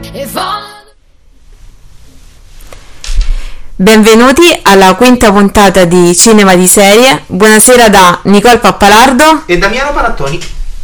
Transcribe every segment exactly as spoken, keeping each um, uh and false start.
Benvenuti alla quinta puntata di Cinema di Serie. Buonasera da Nicole Pappalardo e Damiano Palattoni.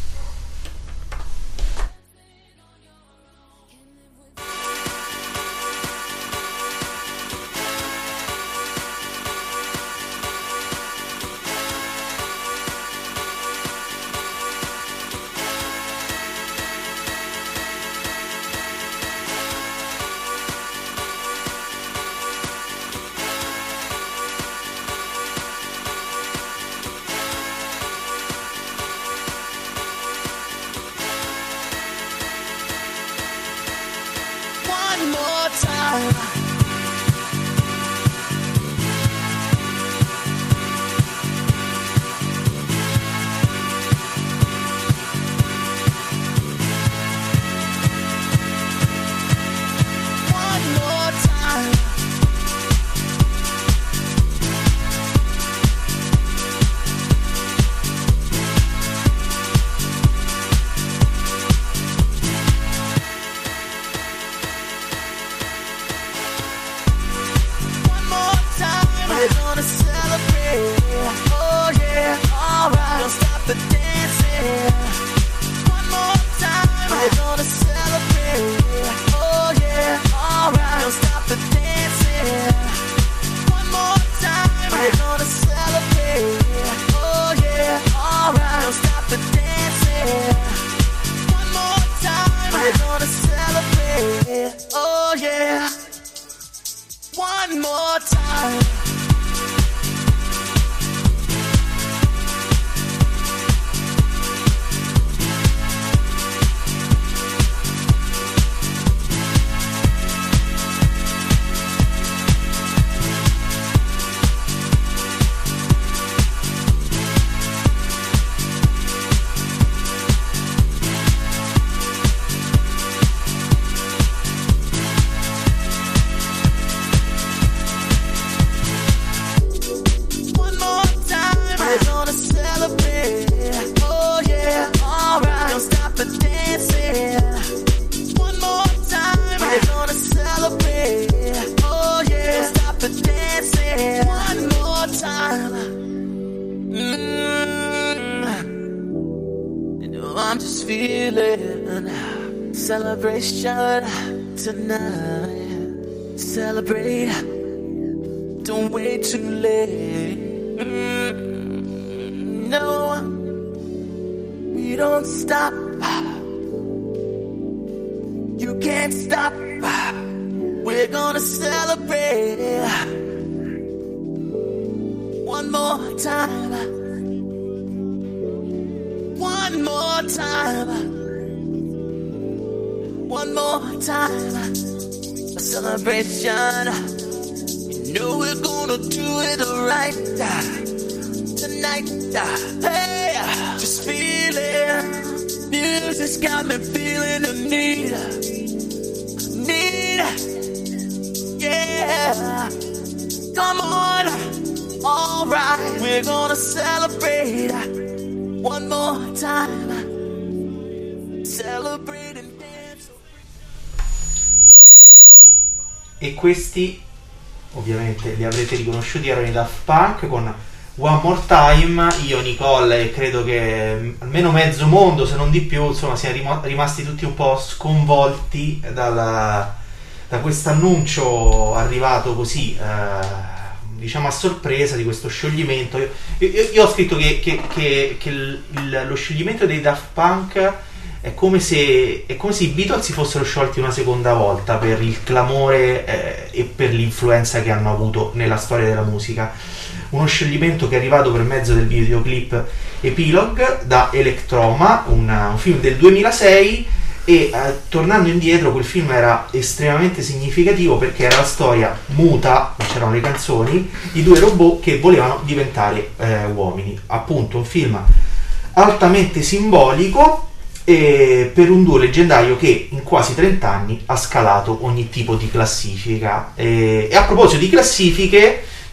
Celebration tonight. Celebrate. Don't wait too late. Mm, no, we don't stop. You can't stop. We're gonna celebrate one more time. One more time. One more time, a celebration. You know we're gonna do it right tonight. Hey, just feel it. Music's got me feeling the need, need. Yeah, come on, all right. We're gonna celebrate one more time. Celebrate. E questi ovviamente li avrete riconosciuti, erano i Daft Punk con One More Time. Io, Nicole, e credo che almeno mezzo mondo, se non di più, insomma, siamo rimasti tutti un po' sconvolti dalla, da questo annuncio arrivato così eh, diciamo a sorpresa di questo scioglimento. Io, io, io ho scritto che, che, che, che il, il, lo scioglimento dei Daft Punk è come se è come se i Beatles si fossero sciolti una seconda volta per il clamore eh, e per l'influenza che hanno avuto nella storia della musica. Uno scioglimento che è arrivato per mezzo del videoclip Epilogue da Electroma, una, un film del duemilasei, e eh, tornando indietro, quel film era estremamente significativo perché era la storia muta, c'erano le canzoni, di due robot che volevano diventare eh, uomini. Appunto un film altamente simbolico, e per un duo leggendario che in quasi trenta anni ha scalato ogni tipo di classifica. E, e a proposito di classifiche,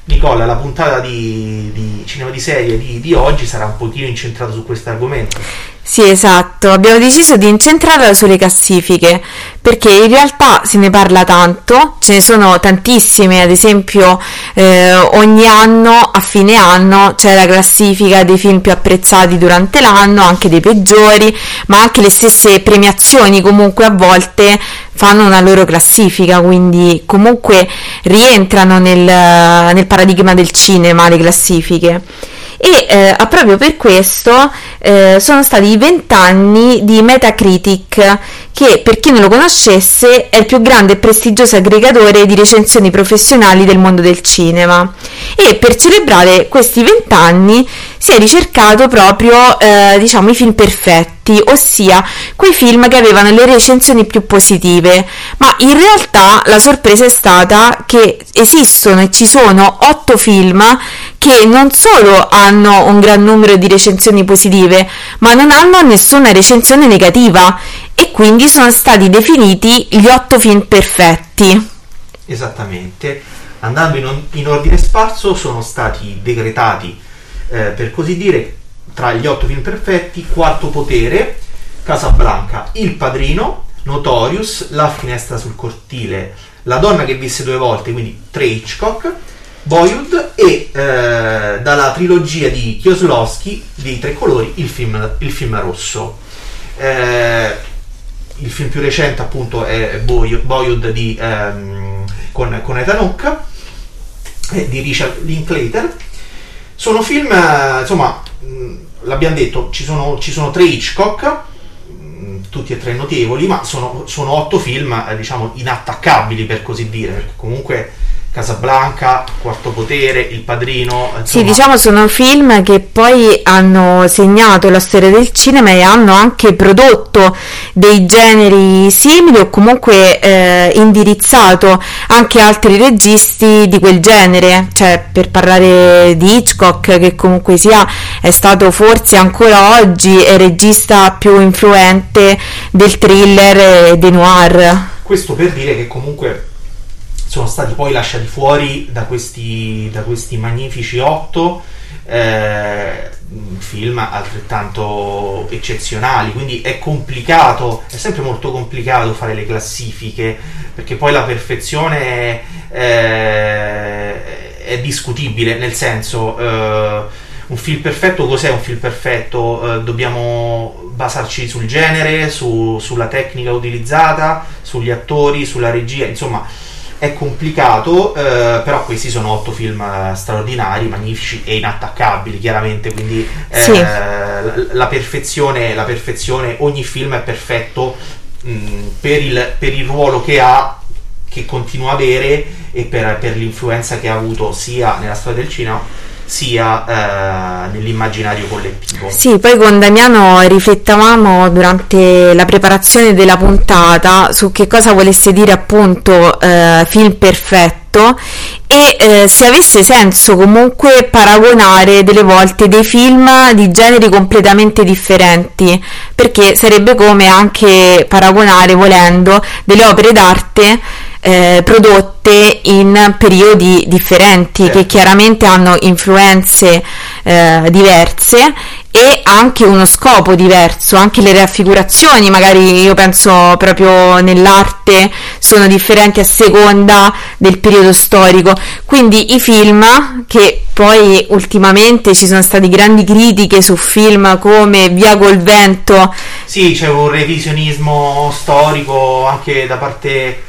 Nicola, la puntata di, di cinema di serie di, di oggi sarà un pochino incentrata su questo argomento. Sì, esatto, abbiamo deciso di incentrarla sulle classifiche perché in realtà se ne parla tanto, ce ne sono tantissime, ad esempio eh, ogni anno a fine anno c'è la classifica dei film più apprezzati durante l'anno, anche dei peggiori, ma anche le stesse premiazioni comunque a volte fanno una loro classifica, quindi comunque rientrano nel, nel paradigma del cinema le classifiche. E eh, proprio per questo eh, sono stati vent'anni di Metacritic, che per chi non lo conoscesse è il più grande e prestigioso aggregatore di recensioni professionali del mondo del cinema, e per celebrare questi vent'anni si è ricercato proprio eh, diciamo i film perfetti, ossia quei film che avevano le recensioni più positive, ma in realtà la sorpresa è stata che esistono e ci sono otto film che non solo hanno un gran numero di recensioni positive, ma non hanno nessuna recensione negativa, e quindi sono stati definiti gli otto film perfetti. Esattamente, andando in, in ordine sparso sono stati decretati, eh, per così dire, tra gli otto film perfetti: Quarto Potere, Casablanca, Il Padrino, Notorious, La finestra sul cortile, La donna che visse due volte, quindi tre Hitchcock, Boyhood e eh, dalla trilogia di Kieslowski dei Tre Colori il film, il film rosso. Eh, il film più recente appunto è Boyhood di, ehm, con, con Ethan Hawke, eh, di Richard Linklater. Sono film, eh, insomma, mh, l'abbiamo detto, ci sono, ci sono tre Hitchcock, mh, tutti e tre notevoli, ma sono, sono otto film eh, diciamo inattaccabili, per così dire, perché comunque Casablanca, Quarto Potere, Il Padrino, insomma. Sì, diciamo sono film che poi hanno segnato la storia del cinema e hanno anche prodotto dei generi simili, o comunque eh, indirizzato anche altri registi di quel genere. Cioè, per parlare di Hitchcock, che comunque sia è stato forse ancora oggi il regista più influente del thriller e dei noir. Questo per dire che comunque sono stati poi lasciati fuori da questi, da questi magnifici otto eh, film altrettanto eccezionali, quindi è complicato, è sempre molto complicato fare le classifiche, perché poi la perfezione eh, è discutibile, nel senso eh, un film perfetto, cos'è un film perfetto? Eh, dobbiamo basarci sul genere, su, sulla tecnica utilizzata, sugli attori, sulla regia, insomma è complicato, eh, però questi sono otto film straordinari, magnifici e inattaccabili, chiaramente, quindi eh, sì. la, la perfezione, la perfezione, ogni film è perfetto mh, per, il, per il ruolo che ha, che continua a avere, e per, per l'influenza che ha avuto sia nella storia del cinema sia eh, nell'immaginario collettivo. Sì, poi con Damiano riflettavamo durante la preparazione della puntata su che cosa volesse dire appunto eh, film perfetto, e eh, se avesse senso comunque paragonare delle volte dei film di generi completamente differenti, perché sarebbe come anche paragonare, volendo, delle opere d'arte Eh, prodotte in periodi differenti, certo, che chiaramente hanno influenze eh, diverse e anche uno scopo diverso, anche le raffigurazioni magari, io penso proprio nell'arte, sono differenti a seconda del periodo storico, quindi i film, che poi ultimamente ci sono state grandi critiche su film come Via col vento. Sì, c'è un revisionismo storico anche da parte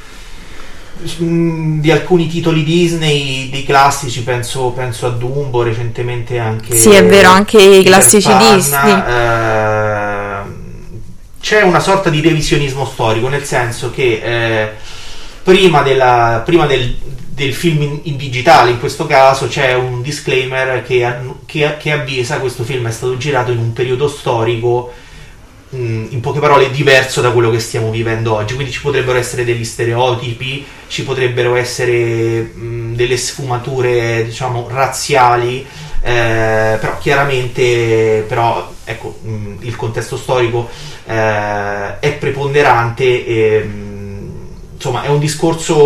di alcuni titoli Disney, dei classici, penso, penso a Dumbo, recentemente anche. Sì, è vero, anche i classici Pan, Disney. Eh, c'è una sorta di revisionismo storico, nel senso che eh, prima, della, prima del, del film in, in digitale, in questo caso, c'è un disclaimer che, che, che avvisa: questo film è stato girato in un periodo storico, in poche parole, diverso da quello che stiamo vivendo oggi, quindi ci potrebbero essere degli stereotipi, ci potrebbero essere mh, delle sfumature, diciamo, razziali, eh, però chiaramente, però ecco, mh, il contesto storico eh, è preponderante e mh, insomma è un discorso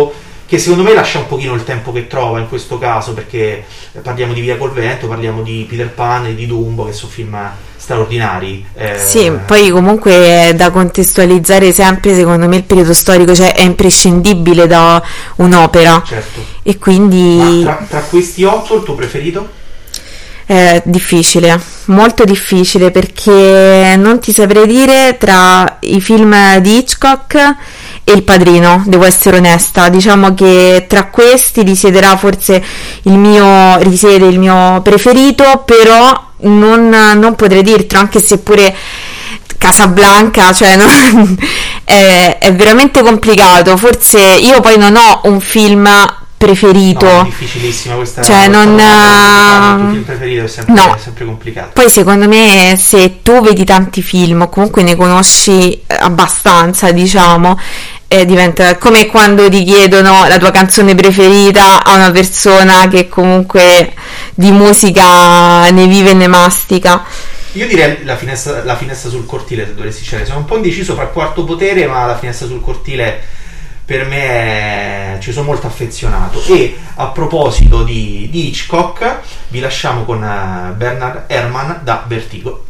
che secondo me lascia un pochino il tempo che trova in questo caso, perché parliamo di Via col vento, parliamo di Peter Pan e di Dumbo, che sono film straordinari. Eh, sì, poi comunque è da contestualizzare sempre, secondo me il periodo storico, cioè è imprescindibile da un'opera. Certo. E quindi Ma tra, tra questi otto il tuo preferito? È difficile, molto difficile, perché non ti saprei dire tra i film di Hitchcock e Il Padrino, devo essere onesta. Diciamo che tra questi risiederà forse il mio, risiede il mio preferito, però non, non potrei dirtelo, anche se pure Casablanca, cioè no, è, è veramente complicato. Forse io poi non ho un film preferito, no, è difficilissima questa, cioè questa non cosa, il tuo film preferito è sempre, no. è sempre complicato. Poi secondo me, se tu vedi tanti film o comunque ne conosci abbastanza, diciamo, eh, diventa come quando ti chiedono la tua canzone preferita a una persona che comunque di musica ne vive e ne mastica. Io direi la finestra, la finestra sul cortile, se dovessi scegliere. Sono un po' indeciso fra Quarto Potere, ma la finestra sul cortile per me è... ci sono molto affezionato. E a proposito di, di Hitchcock, vi lasciamo con Bernard Herrmann da Vertigo.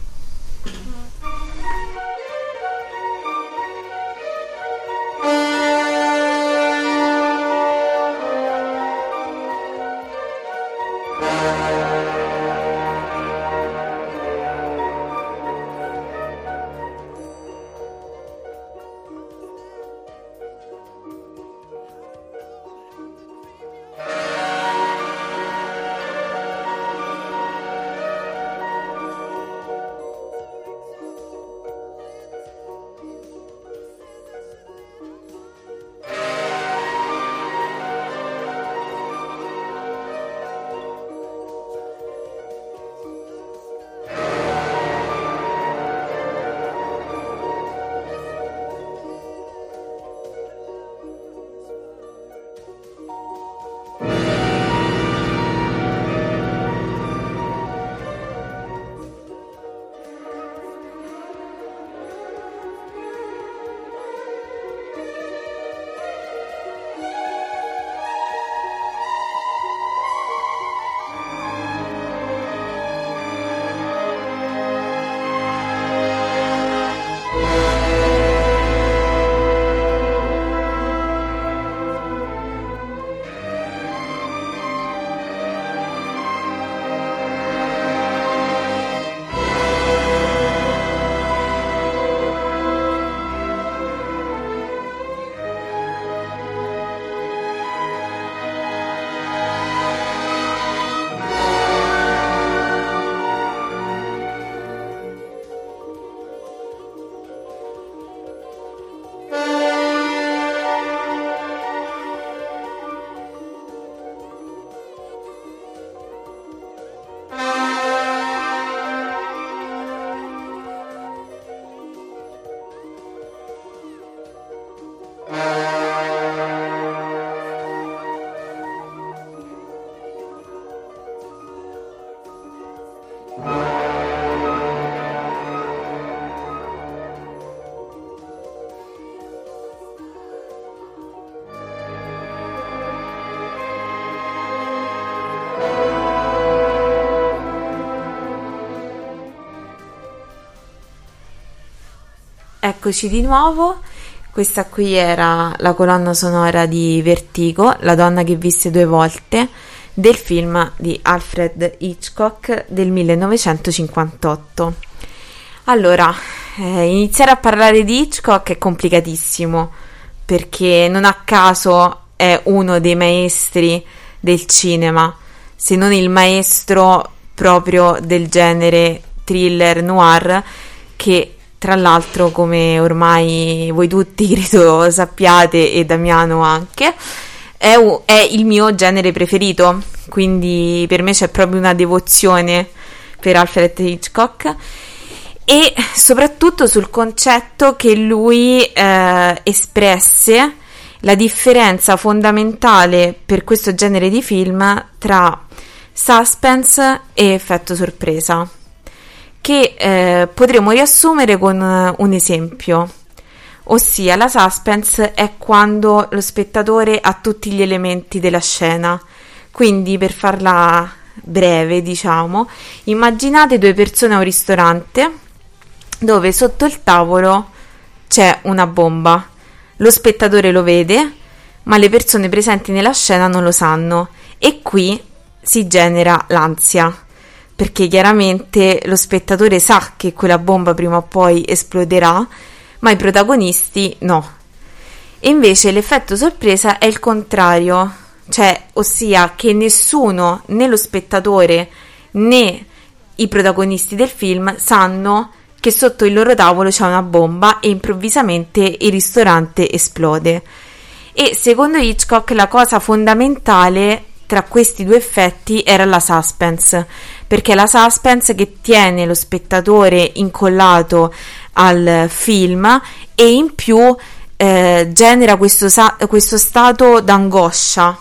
Eccoci di nuovo. Questa qui era la colonna sonora di Vertigo, La donna che visse due volte, del film di Alfred Hitchcock del millenovecentocinquantotto. Allora, eh, iniziare a parlare di Hitchcock è complicatissimo, perché non a caso è uno dei maestri del cinema, se non il maestro proprio del genere thriller noir, che tra l'altro, come ormai voi tutti credo sappiate, e Damiano anche, è, è il mio genere preferito, quindi per me c'è proprio una devozione per Alfred Hitchcock, e soprattutto sul concetto che lui eh, espresse, la differenza fondamentale per questo genere di film tra suspense e effetto sorpresa, che eh, potremmo riassumere con un esempio, ossia la suspense è quando lo spettatore ha tutti gli elementi della scena. Quindi, per farla breve, diciamo, immaginate due persone a un ristorante dove sotto il tavolo c'è una bomba. Lo spettatore lo vede, ma le persone presenti nella scena non lo sanno, e qui si genera l'ansia, perché chiaramente lo spettatore sa che quella bomba prima o poi esploderà, ma i protagonisti no. E invece l'effetto sorpresa è il contrario, cioè ossia che nessuno, né lo spettatore né i protagonisti del film sanno che sotto il loro tavolo c'è una bomba e improvvisamente il ristorante esplode. E secondo Hitchcock la cosa fondamentale tra questi due effetti era la suspense, perché è la suspense che tiene lo spettatore incollato al film e in più eh, genera questo, sa- questo stato d'angoscia.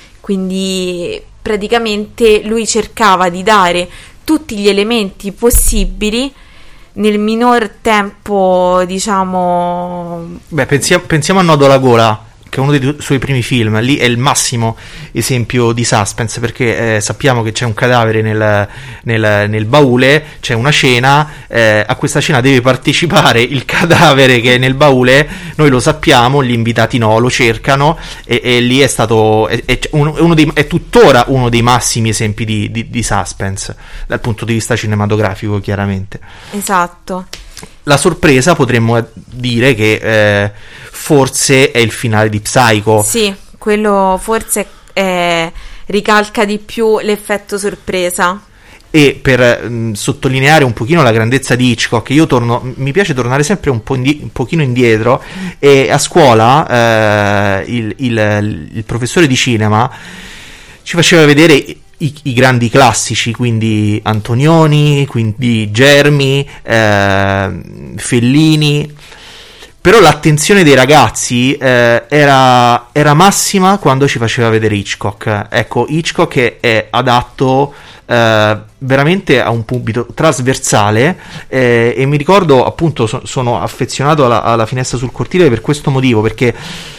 Quindi praticamente lui cercava di dare tutti gli elementi possibili nel minor tempo, diciamo. Beh, pensiamo, pensiamo a Nodo alla gola, che è uno dei du- suoi primi film. Lì è il massimo esempio di suspense, perché eh, sappiamo che c'è un cadavere nel, nel, nel baule, c'è una cena, eh, a questa cena deve partecipare il cadavere che è nel baule, noi lo sappiamo, gli invitati no, lo cercano, e, e lì è stato è, è, uno, uno dei, è tuttora uno dei massimi esempi di, di, di suspense dal punto di vista cinematografico, chiaramente. Esatto. La sorpresa potremmo dire che eh, forse è il finale di Psycho. Sì, quello forse eh, ricalca di più l'effetto sorpresa. E per mh, sottolineare un pochino la grandezza di Hitchcock, io torno, mi piace tornare sempre un, po indi- un pochino indietro, e a scuola eh, il, il, il professore di cinema ci faceva vedere I, i grandi classici, quindi Antonioni, quindi Germi, eh, Fellini, però l'attenzione dei ragazzi eh, era, era massima quando ci faceva vedere Hitchcock. Ecco, Hitchcock è, è adatto eh, veramente a un pubblico trasversale, eh, e mi ricordo, appunto, so, sono affezionato alla, alla Finestra sul cortile per questo motivo, perché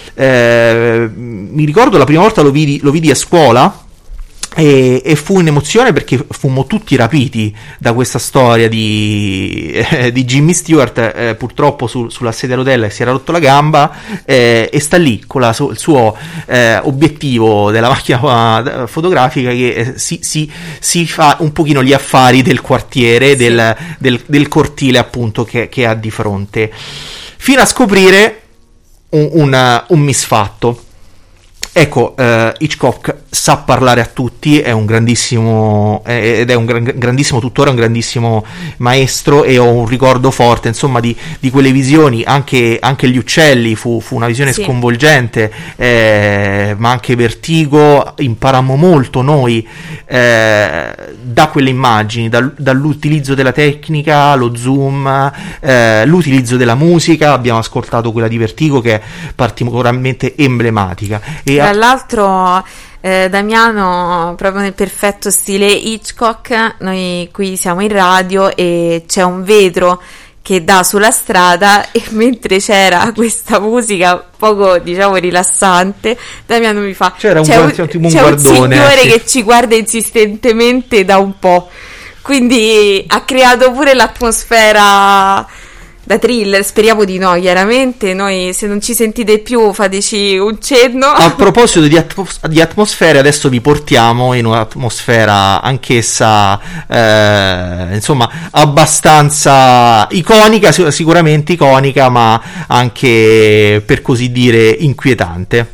eh, mi ricordo la prima volta lo vidi, lo vidi a scuola. E, e fu un'emozione, perché fummo tutti rapiti da questa storia di, eh, di Jimmy Stewart, eh, purtroppo su, sulla sedia a rotelle si era rotto la gamba, eh, e sta lì con la, il suo eh, obiettivo della macchina fotografica che eh, si, si, si fa un pochino gli affari del quartiere, sì, del, del, del cortile, appunto, che, che ha di fronte, fino a scoprire un, un, un misfatto. Ecco, uh, Hitchcock sa parlare a tutti, è un grandissimo eh, ed è un gran, grandissimo tuttora, un grandissimo maestro, e ho un ricordo forte, insomma, di, di quelle visioni. Anche, anche Gli uccelli fu, fu una visione, sì, sconvolgente, eh, ma anche Vertigo. Imparammo molto noi eh, da quelle immagini, da, dall'utilizzo della tecnica, lo zoom, eh, l'utilizzo della musica. Abbiamo ascoltato quella di Vertigo, che è particolarmente emblematica. E tra l'altro eh, Damiano, proprio nel perfetto stile Hitchcock, noi qui siamo in radio e c'è un vetro che dà sulla strada, e mentre c'era questa musica poco, diciamo, rilassante, Damiano mi fa c'era un, c'è un, c'è un, c'è un signore, sì, che ci guarda insistentemente da un po', quindi ha creato pure l'atmosfera da thriller. Speriamo di no, chiaramente. Noi, se non ci sentite più, fateci un cenno. A proposito di, atmos- di atmosfere, adesso vi portiamo in un'atmosfera anch'essa eh, insomma abbastanza iconica, sicuramente iconica, ma anche, per così dire, inquietante.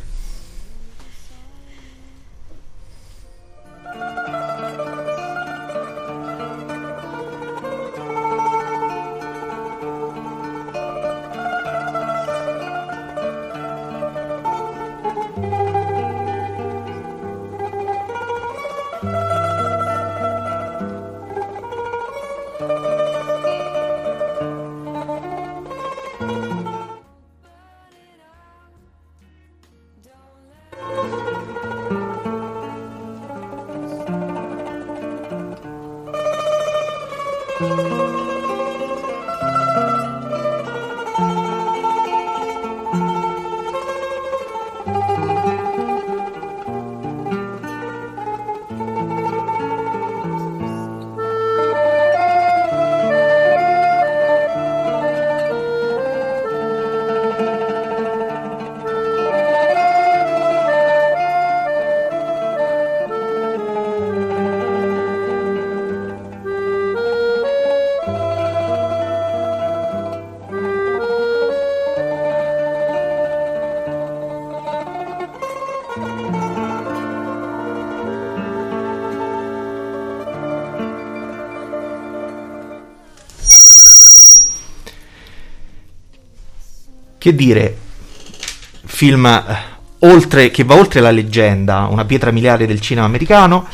Che dire, film eh, oltre, che va oltre la leggenda, una pietra miliare del cinema americano,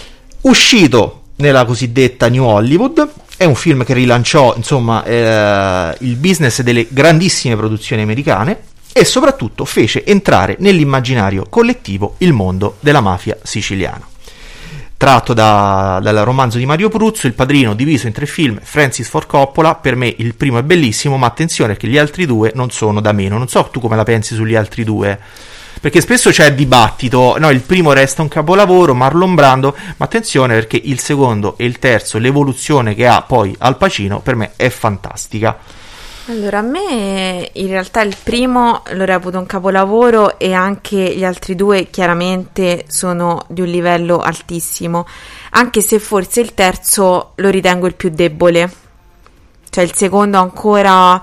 uscito nella cosiddetta New Hollywood. È un film che rilanciò, insomma, eh, il business delle grandissime produzioni americane e soprattutto fece entrare nell'immaginario collettivo il mondo della mafia siciliana. Tratto da, dal romanzo di Mario Puzo, Il Padrino, diviso in tre film, Francis Ford Coppola, per me il primo è bellissimo, ma attenzione che gli altri due non sono da meno. Non so tu come la pensi sugli altri due, perché spesso c'è dibattito, no, il primo resta un capolavoro, Marlon Brando, ma attenzione perché il secondo e il terzo, l'evoluzione che ha poi Al Pacino, per me è fantastica. Allora, a me in realtà il primo lo reputo un capolavoro e anche gli altri due chiaramente sono di un livello altissimo, anche se forse il terzo lo ritengo il più debole. Cioè il secondo ancora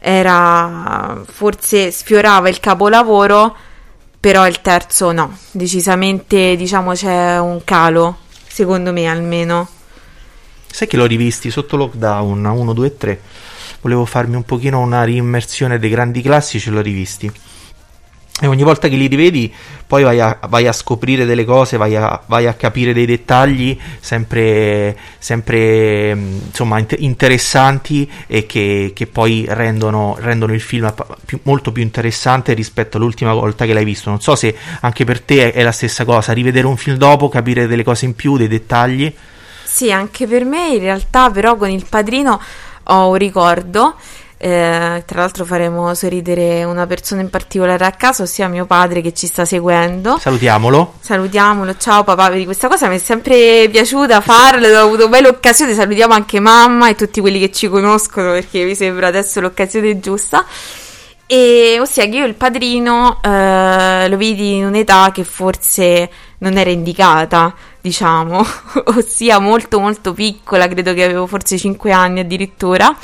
era, forse sfiorava il capolavoro, però il terzo no, decisamente, diciamo, c'è un calo, secondo me almeno. Sai che l'ho rivisti sotto lockdown, uno, due e tre. Volevo farmi un pochino una riimmersione dei grandi classici, l'ho rivisti. E ogni volta che li rivedi poi vai a, vai a scoprire delle cose, vai a, vai a capire dei dettagli sempre, sempre insomma, interessanti e che, che poi rendono, rendono il film più, molto più interessante rispetto all'ultima volta che l'hai visto. Non so se anche per te è la stessa cosa, rivedere un film dopo, capire delle cose in più, dei dettagli. Sì, anche per me in realtà, però con Il Padrino ho un ricordo, eh, tra l'altro faremo sorridere una persona in particolare a casa, ossia mio padre che ci sta seguendo. Salutiamolo. Salutiamolo, ciao papà, vedi, questa cosa mi è sempre piaciuta farla, ho avuto bella occasione, salutiamo anche mamma e tutti quelli che ci conoscono perché mi sembra adesso l'occasione giusta. E ossia che io Il Padrino eh, lo vidi in un'età che forse non era indicata, diciamo, ossia molto molto piccola, credo che avevo forse cinque anni addirittura,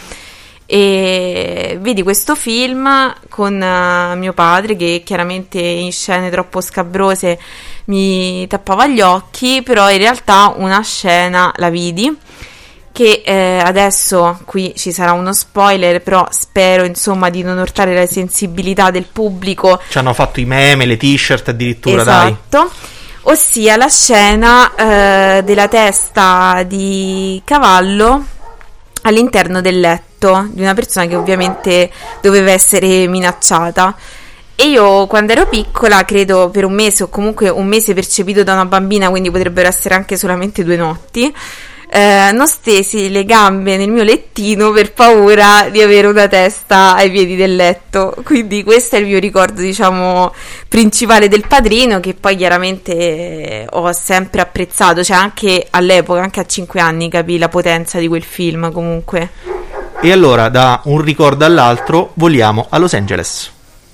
e vedi questo film con uh, mio padre che chiaramente in scene troppo scabrose mi tappava gli occhi, però in realtà una scena la vidi che eh, adesso qui ci sarà uno spoiler, però spero insomma di non urtare la sensibilità del pubblico. Ci hanno fatto i meme, le t-shirt addirittura, esatto. Dai. Ossia la scena eh, della testa di cavallo all'interno del letto di una persona che ovviamente doveva essere minacciata. E io quando ero piccola, credo per un mese o comunque un mese percepito da una bambina, quindi potrebbero essere anche solamente due notti, eh, non stesi le gambe nel mio lettino per paura di avere una testa ai piedi del letto. Quindi questo è il mio ricordo, diciamo, principale del Padrino, che poi chiaramente ho sempre apprezzato, cioè anche all'epoca, anche a cinque anni capì la potenza di quel film comunque. E allora da un ricordo all'altro voliamo a Los Angeles.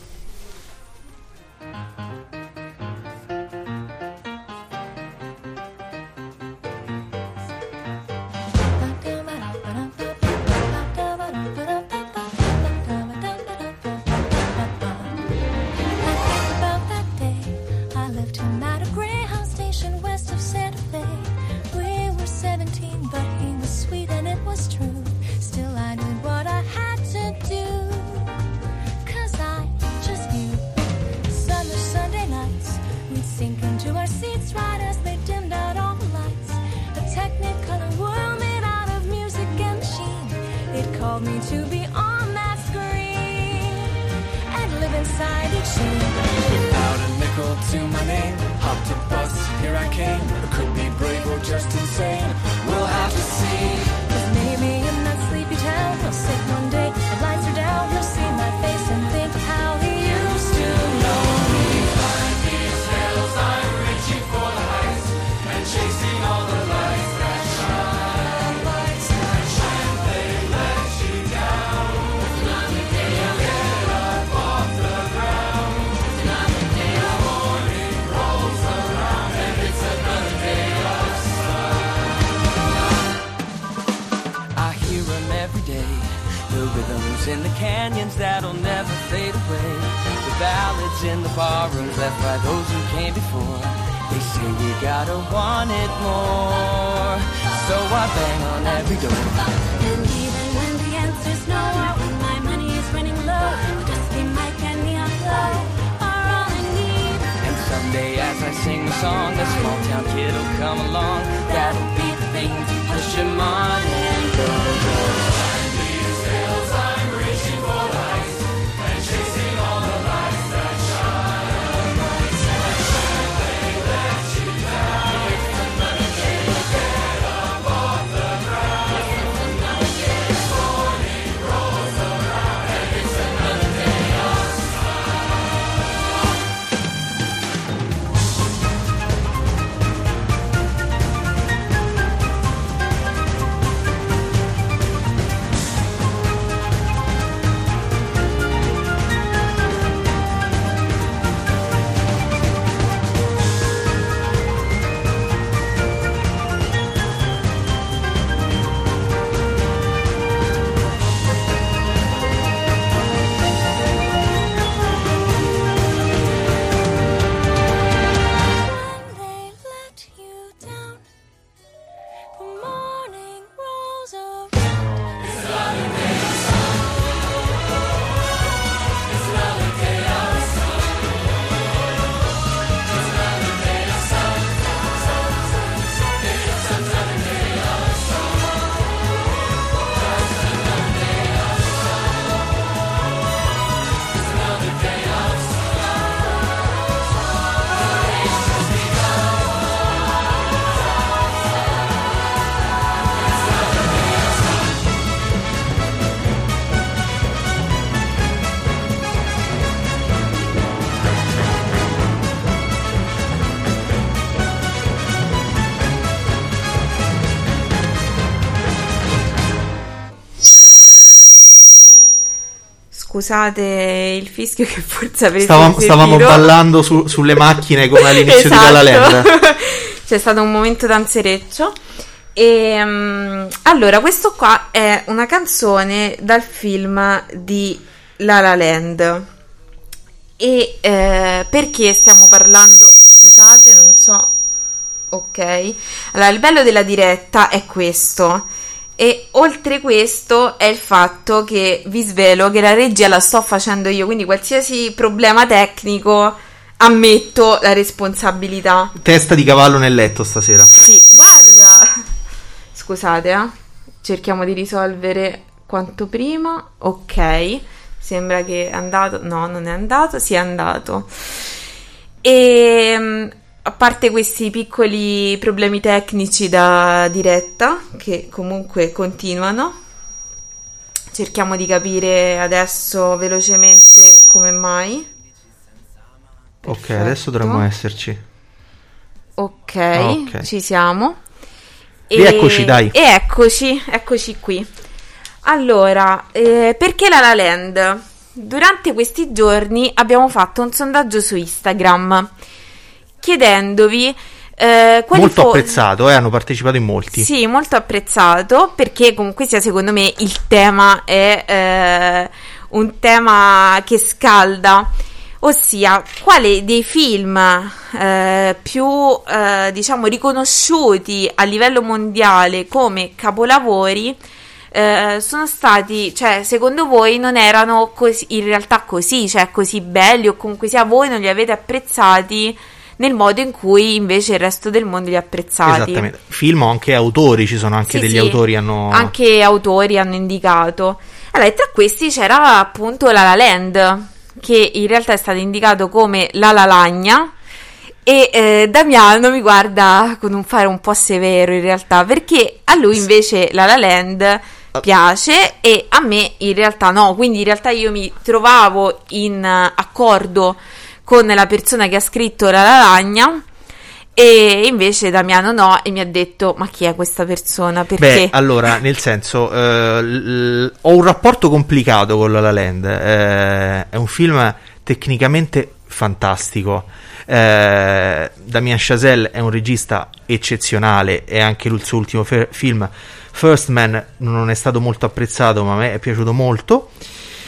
in the canyons that'll never fade away. The ballads in the barrooms left by those who came before. They say we gotta want it more, so I bang on every door. And even when the answer's no, when my money is running low, just be my sing a song, a small town kid'll come along. That'll be the thing to push him on and go, go. Behind these hills I'm reaching for light and chasing all the lights that shine. And should they let you down, it's another day to get up off the ground. It's another day. Morning rolls around and it's another day of Scusate il fischio che forse avrete Stavamo, stavamo ballando su, sulle macchine come all'inizio esatto. di La La Land. C'è stato un momento danzereccio. E um, allora, questo qua è una canzone dal film di La La Land. E eh, perché stiamo parlando? Scusate, non so. Ok. Allora, il bello della diretta è questo. E oltre questo è il fatto che vi svelo che la regia la sto facendo io, quindi qualsiasi problema tecnico ammetto la responsabilità. Testa di cavallo nel letto stasera. Sì, guarda. Scusate, eh. Cerchiamo di risolvere quanto prima. Ok. Sembra che è andato. No, non è andato. Sì, è andato. E a parte questi piccoli problemi tecnici da diretta, che comunque continuano, cerchiamo di capire adesso velocemente come mai. Perfetto. Ok, adesso dovremmo esserci. Ok, ah, okay. Ci siamo. E eccoci, dai. E eccoci, eccoci qui. Allora, eh, perché La La Land? Durante questi giorni abbiamo fatto un sondaggio su Instagram chiedendovi eh, quali molto fo- apprezzato, eh, hanno partecipato in molti. Sì, molto apprezzato, perché comunque sia secondo me il tema è eh, un tema che scalda, ossia quale dei film eh, più eh, diciamo riconosciuti a livello mondiale come capolavori eh, sono stati, cioè secondo voi non erano così, in realtà così, cioè così belli, o comunque sia voi non li avete apprezzati nel modo in cui invece il resto del mondo li ha apprezzati. Esattamente. Film o anche autori, ci sono anche sì, degli sì, autori hanno anche autori hanno indicato. Allora, e tra questi c'era appunto La La Land, che in realtà è stato indicato come La La Lagna, e eh, Damiano mi guarda con un fare un po' severo in realtà, perché a lui invece La La Land piace e a me in realtà no, quindi in realtà io mi trovavo in accordo con la persona che ha scritto La La Lagna, e invece Damiano no, e mi ha detto: ma chi è questa persona? Perché? Beh, allora, nel senso, eh, l- l- ho un rapporto complicato con La La Land. Eh, è un film tecnicamente fantastico. Eh, Damien Chazelle è un regista eccezionale, e anche il suo ultimo fe- film First Man non è stato molto apprezzato, ma a me è piaciuto molto.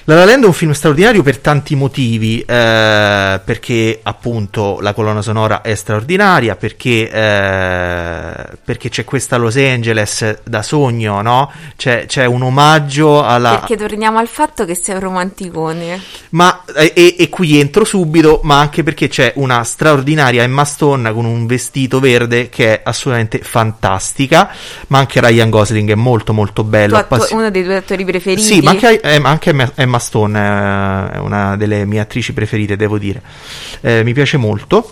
La La Land è un film straordinario per tanti motivi, eh, perché appunto la colonna sonora è straordinaria, perché, eh, perché c'è questa Los Angeles da sogno, no? C'è, c'è un omaggio alla... Perché torniamo al fatto che sei un romanticone. Ma, e, e qui entro subito, ma anche perché c'è una straordinaria Emma Stone con un vestito verde che è assolutamente fantastica, ma anche Ryan Gosling è molto molto bello. Atto- Appassi- uno dei tuoi attori preferiti. Sì, ma anche, eh, anche Emma, Emma Stone è una delle mie attrici preferite, devo dire, eh, mi piace molto,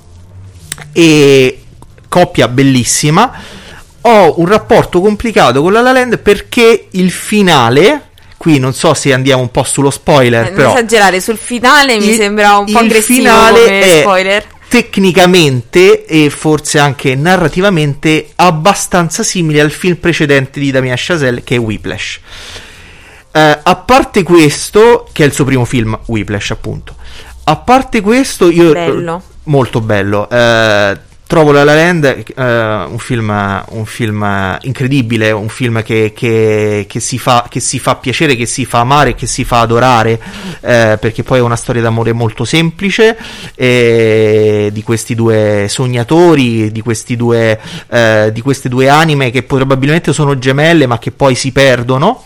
e coppia bellissima. Ho un rapporto complicato con La La Land perché il finale, qui non so se andiamo un po' sullo spoiler, eh, non però esagerare, sul finale mi il, sembra un po' il aggressivo finale come è spoiler. Tecnicamente e forse anche narrativamente abbastanza simile al film precedente di Damien Chazelle, che è Whiplash. Uh, a parte questo, che è il suo primo film, Whiplash appunto, a parte questo, io bello. molto bello, uh, trovo La La Land uh, un film un film incredibile, un film che, che, che si fa che si fa piacere, che si fa amare, che si fa adorare, uh, perché poi è una storia d'amore molto semplice, eh, di questi due sognatori, di questi due uh, di queste due anime che probabilmente sono gemelle ma che poi si perdono.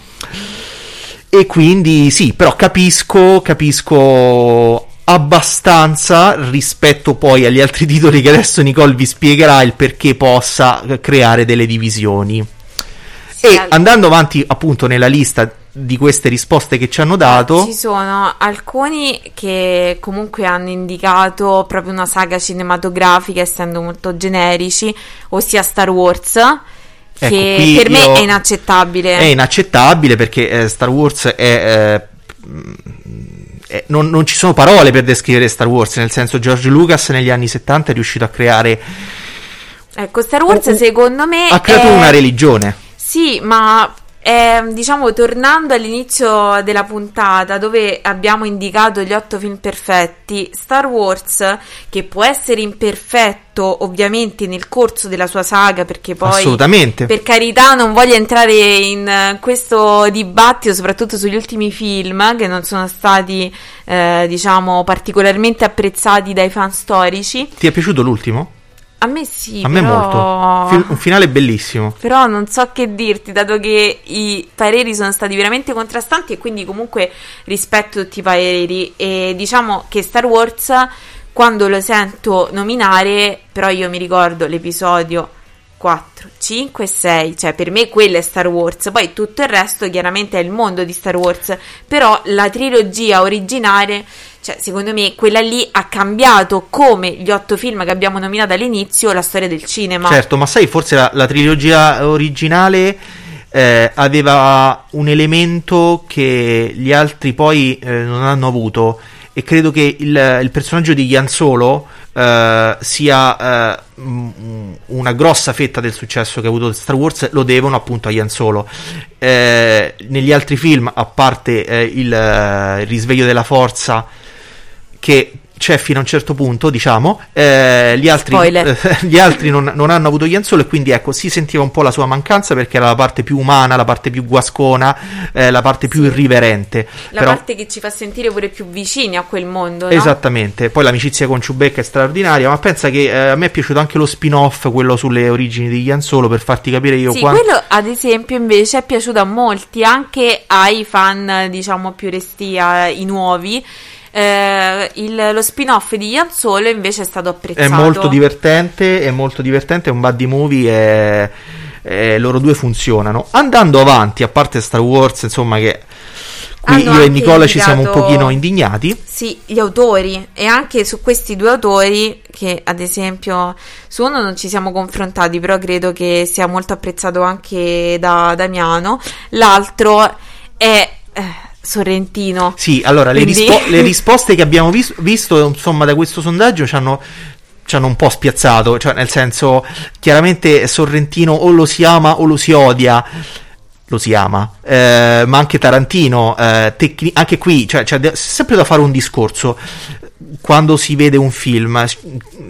E quindi sì, però capisco, capisco abbastanza rispetto poi agli altri titoli che adesso Nicole vi spiegherà il perché possa creare delle divisioni. Sì, e al... andando avanti appunto nella lista di queste risposte che ci hanno dato, ci sono alcuni che comunque hanno indicato proprio una saga cinematografica, essendo molto generici, ossia Star Wars. Che ecco, per me è inaccettabile. È inaccettabile perché eh, Star Wars è, eh, è non, non ci sono parole per descrivere Star Wars, nel senso, George Lucas negli anni settanta è riuscito a creare, ecco, Star Wars uh, secondo me ha creato è... una religione. Sì, ma eh, diciamo, tornando all'inizio della puntata dove abbiamo indicato gli otto film perfetti, Star Wars, che può essere imperfetto ovviamente nel corso della sua saga, perché poi assolutamente, per carità, non voglio entrare in questo dibattito soprattutto sugli ultimi film che non sono stati eh, diciamo particolarmente apprezzati dai fan storici. Ti è piaciuto l'ultimo? A me sì, a però... me molto. Fil- un finale bellissimo. Però non so che dirti, dato che i pareri sono stati veramente contrastanti e quindi comunque rispetto tutti i pareri. E diciamo che Star Wars, quando lo sento nominare, però io mi ricordo l'episodio quattro, cinque e sei, cioè per me quello è Star Wars, poi tutto il resto chiaramente è il mondo di Star Wars, però la trilogia originale, cioè secondo me quella lì ha cambiato, come gli otto film che abbiamo nominato all'inizio, la storia del cinema. Certo, ma sai, forse la, la trilogia originale eh, aveva un elemento che gli altri poi eh, non hanno avuto, e credo che il, il personaggio di Han Solo Uh, sia uh, una grossa fetta del successo che ha avuto Star Wars lo devono appunto a Han Solo. Uh, negli altri film, a parte uh, il, uh, il risveglio della forza, che c'è fino a un certo punto, diciamo, eh, gli altri, eh, gli altri non, non hanno avuto Han Solo, e quindi ecco, si sentiva un po' la sua mancanza, perché era la parte più umana, la parte più guascona, eh, la parte più sì. irriverente, la però, parte che ci fa sentire pure più vicini a quel mondo, no? Esattamente. Poi l'amicizia con Chewbacca è straordinaria, ma pensa che eh, a me è piaciuto anche lo spin-off, quello sulle origini di Han Solo, per farti capire io sì, quanto... quello ad esempio invece è piaciuto a molti, anche ai fan diciamo più resti ai nuovi. Eh, il, lo spin-off di Han Solo invece è stato apprezzato. È molto divertente, è molto divertente, è un buddy movie, e, e loro due funzionano. Andando avanti, a parte Star Wars, insomma, che qui hanno io e Nicola indicato, ci siamo un pochino indignati. Sì, gli autori, e anche su questi due autori, che ad esempio su uno non ci siamo confrontati, però credo che sia molto apprezzato anche da Damiano, l'altro è... Eh, Sorrentino. Sì, allora Quindi... le, rispo- le risposte che abbiamo vis- visto insomma da questo sondaggio ci hanno, ci hanno un po' spiazzato, cioè nel senso, chiaramente Sorrentino o lo si ama o lo si odia. Lo si ama, eh, ma anche Tarantino, eh, tecni- anche qui, cioè c'è de- sempre da fare un discorso. Quando si vede un film,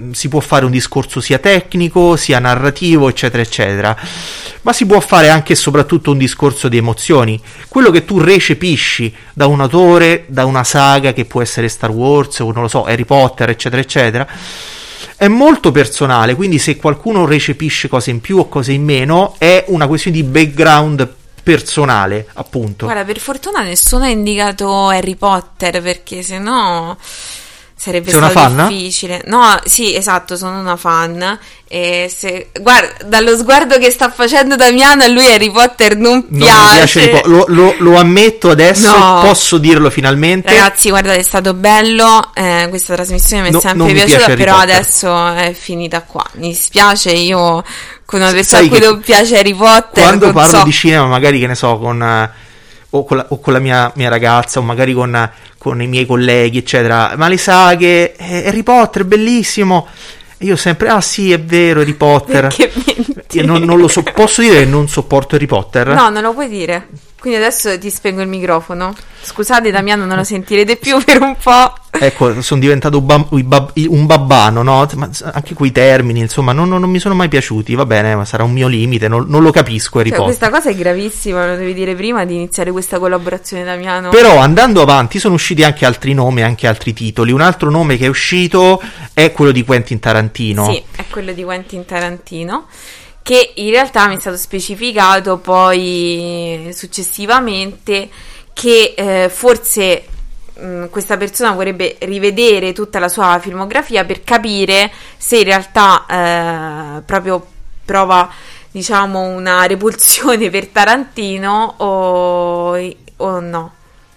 si può fare un discorso sia tecnico, sia narrativo, eccetera eccetera, ma si può fare anche e soprattutto un discorso di emozioni, quello che tu recepisci da un autore, da una saga che può essere Star Wars o non lo so, Harry Potter, eccetera eccetera, è molto personale, quindi se qualcuno recepisce cose in più o cose in meno è una questione di background personale, appunto. Guarda, per fortuna nessuno ha indicato Harry Potter, perché sennò sarebbe Sei stato una fan? difficile. No, sì, esatto, sono una fan. E se, guarda, dallo sguardo che sta facendo Damiano, a lui Harry Potter non Non piace. mi piace Harry Po- lo, lo, lo ammetto adesso, No. posso dirlo finalmente. Ragazzi, guardate, è stato bello. Eh, questa trasmissione mi è No, sempre non mi piaciuta, piace Harry però Potter. adesso è finita qua. Mi dispiace, io con una persona Sai a cui che non piace Harry Potter, Quando non parlo so. di cinema, magari, che ne so, con eh, o con la, o con la mia, mia ragazza, o magari con, con i miei colleghi, eccetera, ma le saghe, eh, Harry Potter, bellissimo. E io sempre, ah sì, è vero, Harry Potter. Perché menti? Io non, non lo so, posso dire che non sopporto Harry Potter? No, non lo puoi dire. Quindi adesso ti spengo il microfono. Scusate, Damiano, non lo sentirete più per un po'. Ecco, sono diventato un, bab- un bab- un babbano, no? Ma anche quei termini, insomma, non, non- non mi sono mai piaciuti. Va bene, ma sarà un mio limite, non, non lo capisco Harry Cioè, Potter. questa cosa è gravissima, lo devi dire prima di iniziare questa collaborazione, Damiano. Però andando avanti sono usciti anche altri nomi, anche altri titoli. Un altro nome che è uscito è quello di Quentin Tarantino. Sì, è quello di Quentin Tarantino, che in realtà mi è stato specificato poi successivamente che eh, forse mh, questa persona vorrebbe rivedere tutta la sua filmografia per capire se in realtà eh, proprio prova, diciamo, una repulsione per Tarantino o, o no.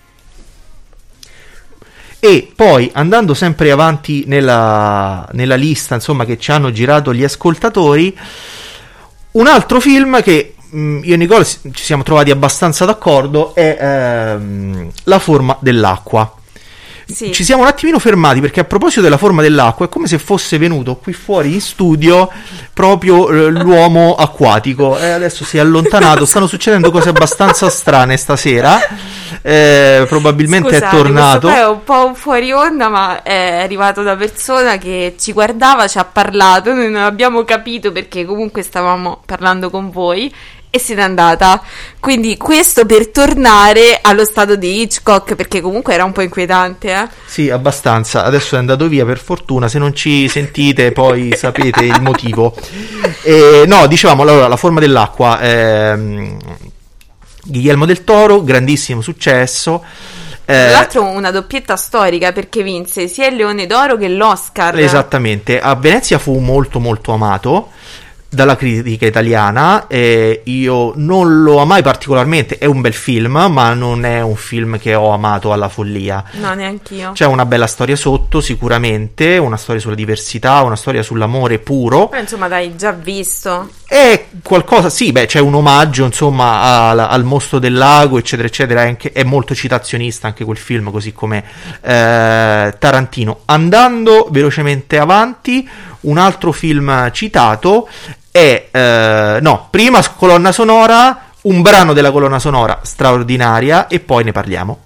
E poi andando sempre avanti nella, nella lista, insomma, che ci hanno girato gli ascoltatori, un altro film che mh, io e Nicola ci siamo trovati abbastanza d'accordo è ehm, La forma dell'acqua. Sì. Ci siamo un attimino fermati perché a proposito della forma dell'acqua è come se fosse venuto qui fuori in studio proprio eh, l'uomo acquatico e adesso si è allontanato. Stanno succedendo cose abbastanza strane stasera, eh, probabilmente Scusate, è tornato. questo qua è un po' un fuori onda, ma è arrivato una persona che ci guardava, ci ha parlato, noi non abbiamo capito perché comunque stavamo parlando con voi e se n'è andata. Quindi questo per tornare allo stato di Hitchcock, perché comunque era un po' inquietante, eh? Sì, abbastanza. Adesso è andato via, per fortuna. Se non ci sentite, poi sapete il motivo. Eh, no, dicevamo, allora, La forma dell'acqua. Ehm, Guillermo del Toro, grandissimo successo. Tra Eh, l'altro una doppietta storica, perché vinse sia il Leone d'Oro che l'Oscar. esattamente. A Venezia fu molto molto amato dalla critica italiana, eh, io non lo amai particolarmente, è un bel film, ma non è un film che ho amato alla follia. No, neanch'io. C'è una bella storia sotto, sicuramente, una storia sulla diversità, una storia sull'amore puro. Però insomma, dai, già visto. È qualcosa, sì, beh, c'è un omaggio, insomma, al, al mostro del lago, eccetera, eccetera. È, anche, è molto citazionista anche quel film, così come eh, Tarantino. Andando velocemente avanti, un altro film citato è, eh, no, prima colonna sonora, un brano della colonna sonora straordinaria, e poi ne parliamo.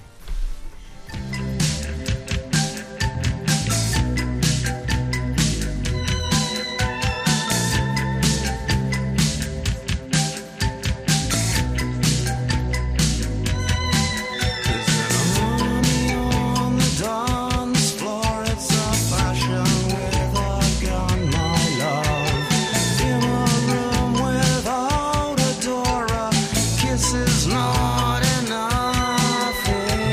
Not enough.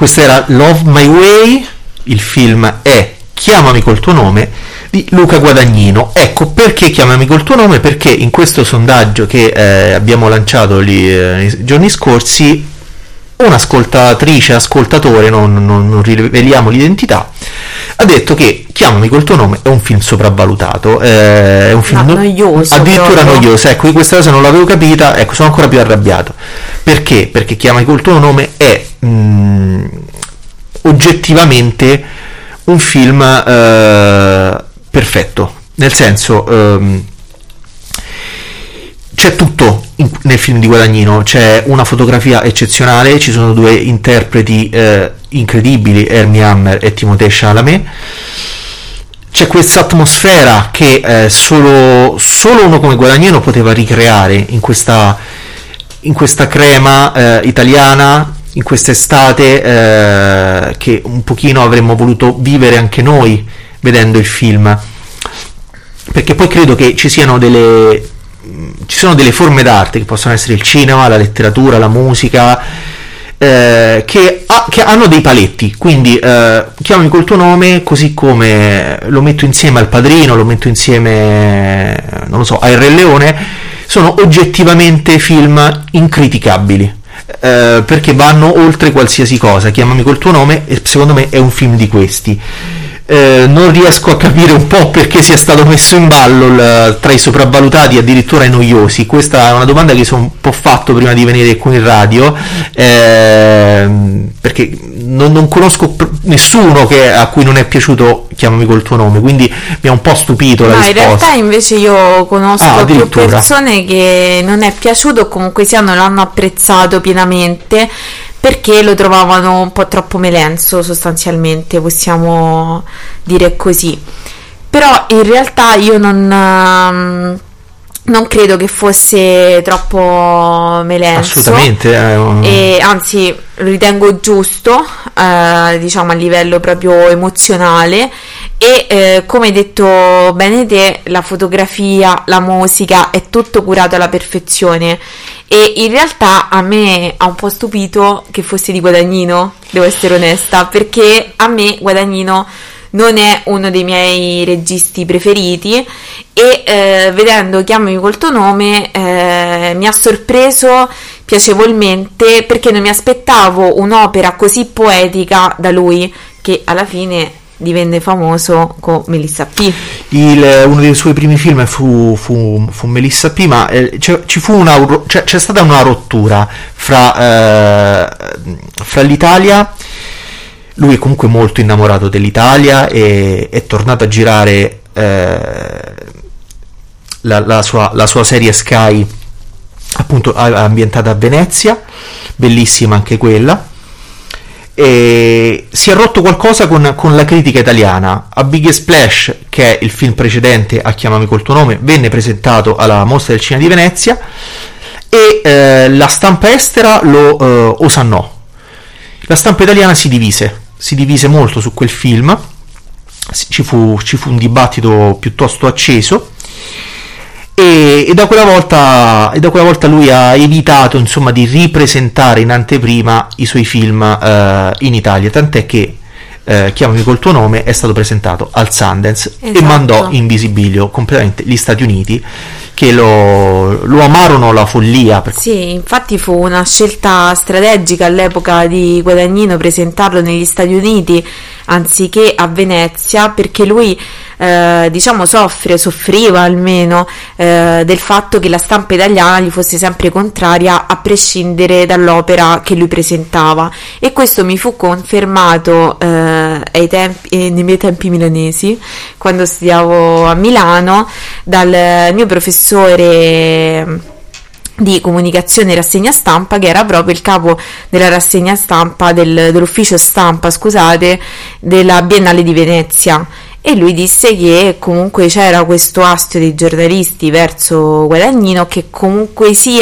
Questo era Love My Way, il film è Chiamami col tuo nome di Luca Guadagnino. Ecco, perché Chiamami col tuo nome? Perché in questo sondaggio che eh, abbiamo lanciato lì, eh, nei giorni scorsi, un'ascoltatrice, ascoltatore, non, non, non riveliamo l'identità, ha detto che Chiamami col tuo nome è un film sopravvalutato, eh, è un film no, noioso, addirittura proprio. noioso. Ecco, io questa cosa non l'avevo capita, ecco, sono ancora più arrabbiato. Perché? Perché Chiamami col tuo nome è mh, oggettivamente un film eh, perfetto, nel senso ehm, c'è tutto in, nel film di Guadagnino, c'è una fotografia eccezionale, ci sono due interpreti eh, incredibili, Armie Hammer e Timothée Chalamet, c'è questa atmosfera che eh, solo, solo uno come Guadagnino poteva ricreare in questa, in questa crema eh, italiana, in quest'estate eh, che un pochino avremmo voluto vivere anche noi vedendo il film, perché poi credo che ci siano delle ci sono delle forme d'arte che possono essere il cinema, la letteratura, la musica, eh, che, ha, che hanno dei paletti, quindi eh, Chiamami col tuo nome, così come lo metto insieme al Padrino, lo metto insieme, non lo so, a Il Re Leone, sono oggettivamente film incriticabili, eh, perché vanno oltre qualsiasi cosa. Chiamami col tuo nome, e secondo me è un film di questi. Eh, non riesco a capire un po' perché sia stato messo in ballo il, tra i sopravvalutati addirittura i noiosi. Questa è una domanda che sono un po' fatto prima di venire qui in radio, eh, perché non, non conosco nessuno che, a cui non è piaciuto Chiamami col tuo nome, quindi mi ha un po' stupito la Ma risposta. in realtà invece io conosco ah, più persone che non è piaciuto o comunque sia non l'hanno apprezzato pienamente, perché lo trovavano un po' troppo melenso, sostanzialmente, possiamo dire così. Però in realtà io non, non credo che fosse troppo melenso. Assolutamente. Eh, um... e anzi lo ritengo giusto, eh, diciamo a livello proprio emozionale. E eh, come hai detto bene te, la fotografia, la musica, è tutto curato alla perfezione. E in realtà a me ha un po' stupito che fosse di Guadagnino, devo essere onesta, perché a me Guadagnino non è uno dei miei registi preferiti, e eh, vedendo Chiamami col tuo nome eh, mi ha sorpreso piacevolmente, perché non mi aspettavo un'opera così poetica da lui, che alla fine divenne famoso con Melissa P. Il, uno dei suoi primi film fu, fu, fu Melissa P, ma eh, ci fu una, c'è, c'è stata una rottura fra, eh, fra l'Italia. Lui è comunque molto innamorato dell'Italia e è tornato a girare eh, la, la, sua, la sua serie Sky, appunto ambientata a Venezia, bellissima anche quella. E si è rotto qualcosa con, con la critica italiana. A Big Splash, che è il film precedente a Chiamami col tuo nome, venne presentato alla Mostra del Cinema di Venezia e eh, la stampa estera lo eh, osannò. La stampa italiana si divise, si divise molto su quel film, ci fu, ci fu un dibattito piuttosto acceso. E, e da quella volta e da quella volta lui ha evitato, insomma, di ripresentare in anteprima i suoi film eh, in Italia, tant'è che eh, Chiamami col tuo nome è stato presentato al Sundance, esatto, e mandò in visibilio completamente gli Stati Uniti, che lo, lo amarono la follia. Per... Sì, infatti fu una scelta strategica all'epoca di Guadagnino presentarlo negli Stati Uniti anziché a Venezia, perché lui eh, diciamo soffre, soffriva almeno eh, del fatto che la stampa italiana gli fosse sempre contraria a prescindere dall'opera che lui presentava, e questo mi fu confermato eh, ai tempi, eh, nei miei tempi milanesi, quando studiavo a Milano, dal mio professore di comunicazione e rassegna stampa, che era proprio il capo della rassegna stampa del, dell'ufficio stampa, scusate, della Biennale di Venezia, e lui disse che comunque c'era questo astio dei giornalisti verso Guadagnino, che comunque sia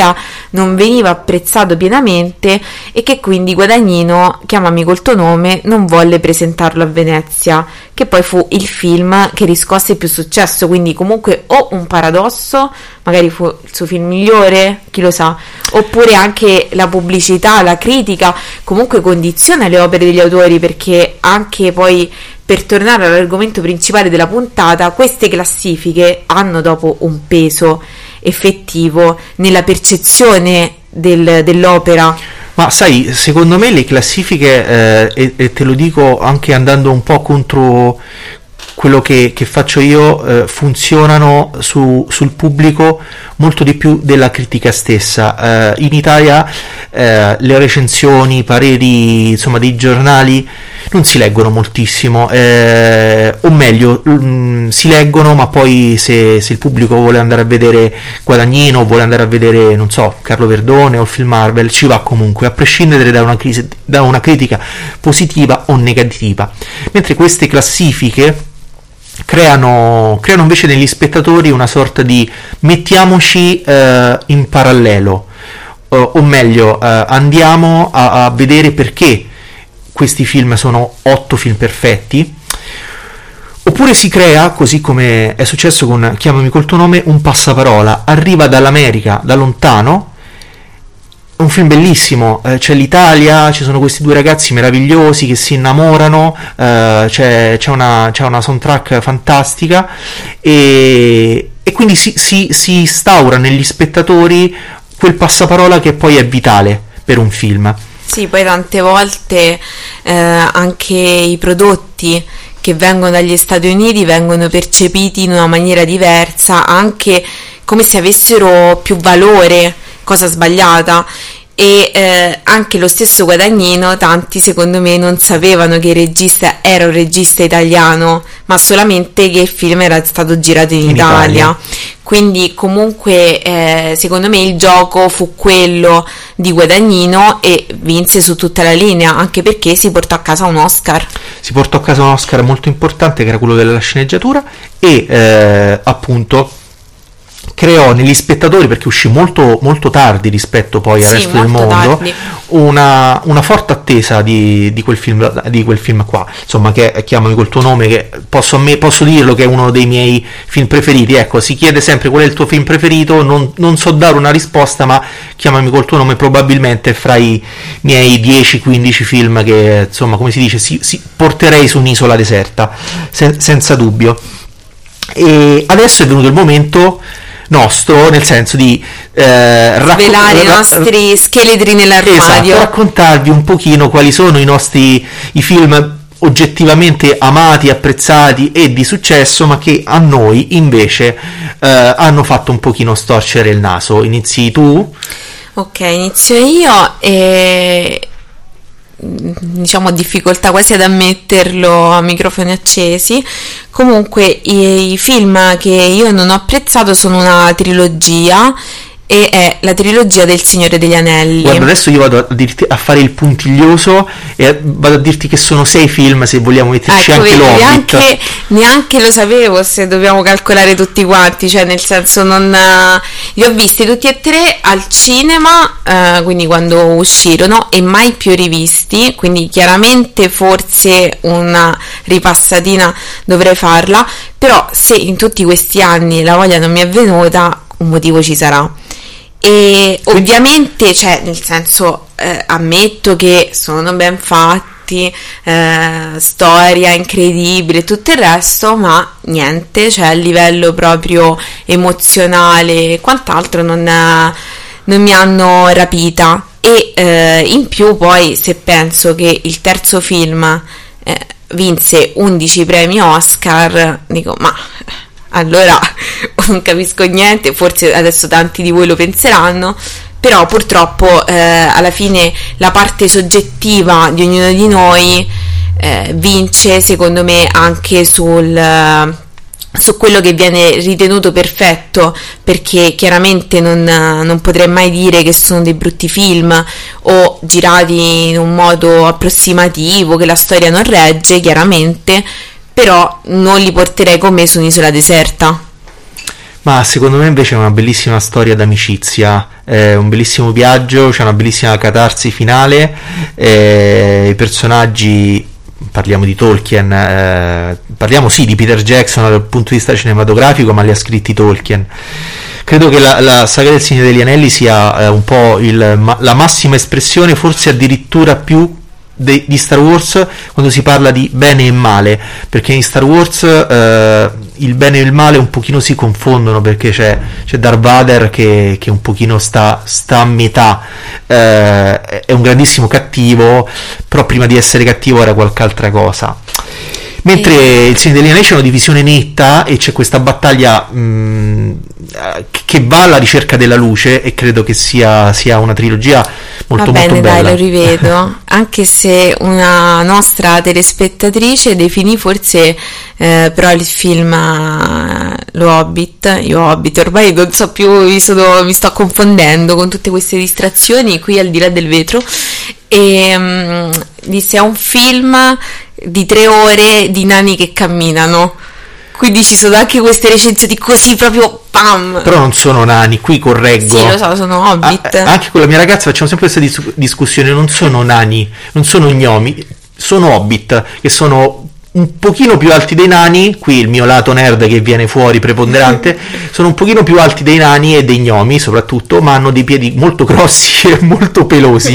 non veniva apprezzato pienamente e che quindi Guadagnino, Chiamami col tuo nome, non volle presentarlo a Venezia, che poi fu il film che riscosse più successo, quindi comunque o un paradosso, magari fu il suo film migliore, chi lo sa, oppure anche la pubblicità, la critica comunque condiziona le opere degli autori, perché anche poi, per tornare all'argomento principale della puntata, queste classifiche hanno dopo un peso effettivo nella percezione del, dell'opera. Ma sai, secondo me le classifiche, eh, e, e te lo dico anche andando un po' contro quello che, che faccio io, eh, funzionano su, sul pubblico molto di più della critica stessa. Eh, in Italia eh, le recensioni, i pareri, insomma, dei giornali non si leggono moltissimo, eh, o meglio, mh, si leggono, ma poi se, se il pubblico vuole andare a vedere Guadagnino, vuole andare a vedere, non so, Carlo Verdone o il film Marvel, ci va comunque, a prescindere da una, crisi, da una critica positiva o negativa. Mentre queste classifiche creano, creano invece negli spettatori una sorta di mettiamoci eh, in parallelo, o, o meglio, eh, andiamo a, a vedere perché questi film sono otto film perfetti. Oppure si crea, così come è successo con Chiamami col tuo nome, un passaparola, arriva dall'America, da lontano, un film bellissimo, eh, c'è l'Italia, ci sono questi due ragazzi meravigliosi che si innamorano, eh, c'è, c'è, una, c'è una soundtrack fantastica, e, e quindi si, si, si instaura negli spettatori quel passaparola che poi è vitale per un film. Sì, poi tante volte eh, anche i prodotti che vengono dagli Stati Uniti vengono percepiti in una maniera diversa, anche come se avessero più valore, cosa sbagliata, e eh, anche lo stesso Guadagnino, tanti secondo me non sapevano che il regista era un regista italiano, ma solamente che il film era stato girato in, in Italia. Italia. Quindi comunque eh, secondo me il gioco fu quello di Guadagnino e vinse su tutta la linea, anche perché si portò a casa un Oscar. Si portò a casa un Oscar molto importante, che era quello della sceneggiatura, e eh, appunto creò negli spettatori, perché uscì molto, molto tardi rispetto poi al sì, resto del mondo, una, una forte attesa di, di, quel film, di quel film qua, insomma, che è Chiamami col tuo nome, che posso, me, posso dirlo che è uno dei miei film preferiti. Ecco, si chiede sempre qual è il tuo film preferito, non, non so dare una risposta, ma Chiamami col tuo nome probabilmente è fra i miei dieci quindici film che, insomma, come si dice, si, si porterei su un'isola deserta, sen, senza dubbio. E adesso è venuto il momento nostro, nel senso di eh, racco- svelare i nostri scheletri nell'armadio. Esatto, raccontarvi un pochino quali sono i nostri i film oggettivamente amati, apprezzati e di successo, ma che a noi invece eh, hanno fatto un pochino storcere il naso. Inizi tu? Ok, inizio io e diciamo ho difficoltà quasi ad ammetterlo a microfoni accesi. Comunque i, i film che io non ho apprezzato sono una trilogia, e è la trilogia del Signore degli Anelli. Guarda, adesso io vado a, dirti, a fare il puntiglioso e vado a dirti che sono sei film, se vogliamo metterci ecco, anche vedi, l'Hobbit. Neanche, neanche lo sapevo se dobbiamo calcolare tutti quanti, cioè nel senso non li ho visti tutti e tre al cinema, eh, quindi quando uscirono, e mai più rivisti, quindi chiaramente forse una ripassatina dovrei farla, però se in tutti questi anni la voglia non mi è venuta, un motivo ci sarà. E ovviamente, cioè, nel senso, eh, ammetto che sono ben fatti, eh, storia incredibile e tutto il resto, ma niente, cioè a livello proprio emozionale e quant'altro non, non mi hanno rapita. E eh, in più poi, se penso che il terzo film eh, vinse undici premi Oscar, dico, ma allora non capisco niente, forse adesso tanti di voi lo penseranno, però purtroppo eh, alla fine la parte soggettiva di ognuno di noi eh, vince, secondo me, anche sul su quello che viene ritenuto perfetto, perché chiaramente non, non potrei mai dire che sono dei brutti film o girati in un modo approssimativo, che la storia non regge, chiaramente, però non li porterei con me su un'isola deserta. Ma secondo me invece è una bellissima storia d'amicizia, è un bellissimo viaggio, c'è una bellissima catarsi finale, eh, i personaggi, parliamo di Tolkien, eh, parliamo sì di Peter Jackson dal punto di vista cinematografico, ma li ha scritti Tolkien. Credo che la, la saga del Signore degli Anelli sia eh, un po' il, ma, la massima espressione, forse addirittura più de, di Star Wars, quando si parla di bene e male, perché in Star Wars eh, il bene e il male un pochino si confondono, perché c'è, c'è Darth Vader che, che un pochino sta, sta a metà, eh, è un grandissimo cattivo, però prima di essere cattivo era qualche altra cosa. Mentre il Signore degli Anelli c'è una divisione netta e c'è questa battaglia mh, che va alla ricerca della luce, e credo che sia, sia una trilogia molto, Va bene, molto bella. Dai, lo rivedo, anche se una nostra telespettatrice definì forse eh, però il film eh, Lo Hobbit, io Hobbit, ormai non so più, mi, sono, mi sto confondendo con tutte queste distrazioni qui al di là del vetro, e um, disse: è un film di tre ore di nani che camminano. Quindi ci sono anche queste recensioni così proprio pam. Però non sono nani, qui correggo. Sì, lo so, sono Hobbit. Ah, anche con la mia ragazza facciamo sempre questa dis- discussione, non sono nani, non sono gnomi, sono Hobbit, che sono un pochino più alti dei nani, qui il mio lato nerd che viene fuori preponderante, sono un pochino più alti dei nani e dei gnomi soprattutto, ma hanno dei piedi molto grossi e molto pelosi,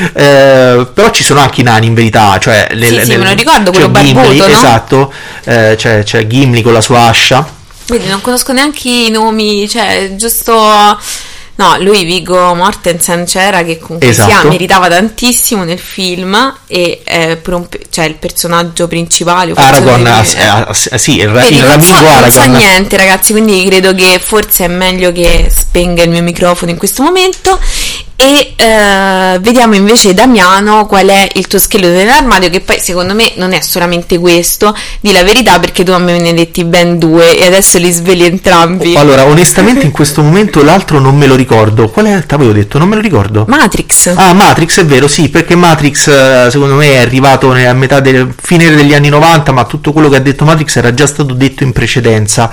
eh, però ci sono anche i nani in verità, cioè sì, nel, sì, nel, me lo ricordo, quello Gimli, barbuto, no? Esatto, eh, c'è, c'è Gimli con la sua ascia. Vedi, non conosco neanche i nomi, cioè giusto... No, lui Viggo Mortensen c'era, che comunque esatto. sia meritava tantissimo nel film, e eh, pure un, cioè il personaggio principale Aragorn, ah, eh, sì, il, vedi, il non Ramingo so, Aragorn. Non so niente, ragazzi, quindi credo che forse è meglio che spenga il mio microfono in questo momento. E eh, vediamo invece, Damiano, qual è il tuo scheletro nell'armadio, che poi secondo me non è solamente questo, di la verità, perché tu a me ne detti ben due e adesso li sveli entrambi. Allora, onestamente in questo momento l'altro non me lo ricordo. Qual è? T'avevo detto, non me lo ricordo. Matrix. Ah, Matrix, è vero, sì, perché Matrix secondo me è arrivato a metà del fine degli anni novanta, ma tutto quello che ha detto Matrix era già stato detto in precedenza,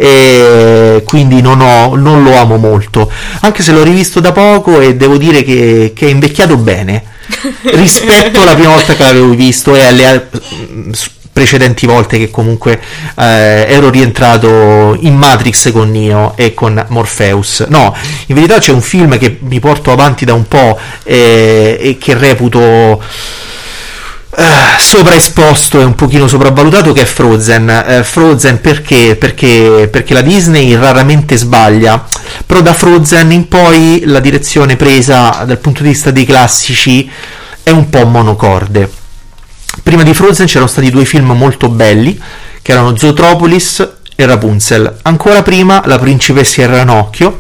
e quindi non, ho, non lo amo molto, anche se l'ho rivisto da poco e devo dire che, che è invecchiato bene rispetto alla prima volta che l'avevo visto e alle precedenti volte che comunque eh, ero rientrato in Matrix con Neo e con Morpheus. No, in verità c'è un film che mi porto avanti da un po' eh, e che reputo Uh, sovraesposto e un pochino sopravvalutato, che è Frozen. uh, Frozen perché? perché perché la Disney raramente sbaglia, però da Frozen in poi la direzione presa dal punto di vista dei classici è un po' monocorde. Prima di Frozen c'erano stati due film molto belli che erano Zootropolis e Rapunzel, ancora prima La principessa e il ranocchio.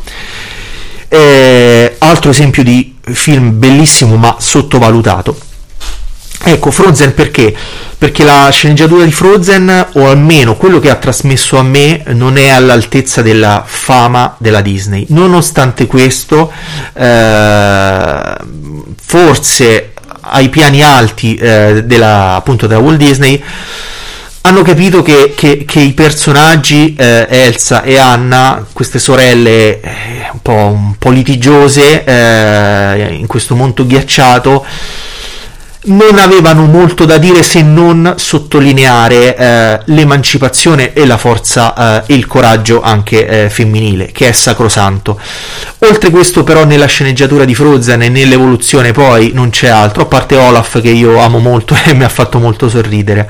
Eh, altro esempio di film bellissimo ma sottovalutato. Ecco, Frozen perché? Perché la sceneggiatura di Frozen, o almeno quello che ha trasmesso a me, non è all'altezza della fama della Disney. Nonostante questo, eh, forse ai piani alti eh, della, appunto, della Walt Disney hanno capito che, che, che i personaggi eh, Elsa e Anna, queste sorelle eh, un po', un po' litigiose eh, in questo mondo ghiacciato, non avevano molto da dire se non sottolineare eh, l'emancipazione e la forza eh, e il coraggio anche eh, femminile, che è sacrosanto. Oltre questo però nella sceneggiatura di Frozen e nell'evoluzione poi non c'è altro, a parte Olaf che io amo molto e mi ha fatto molto sorridere.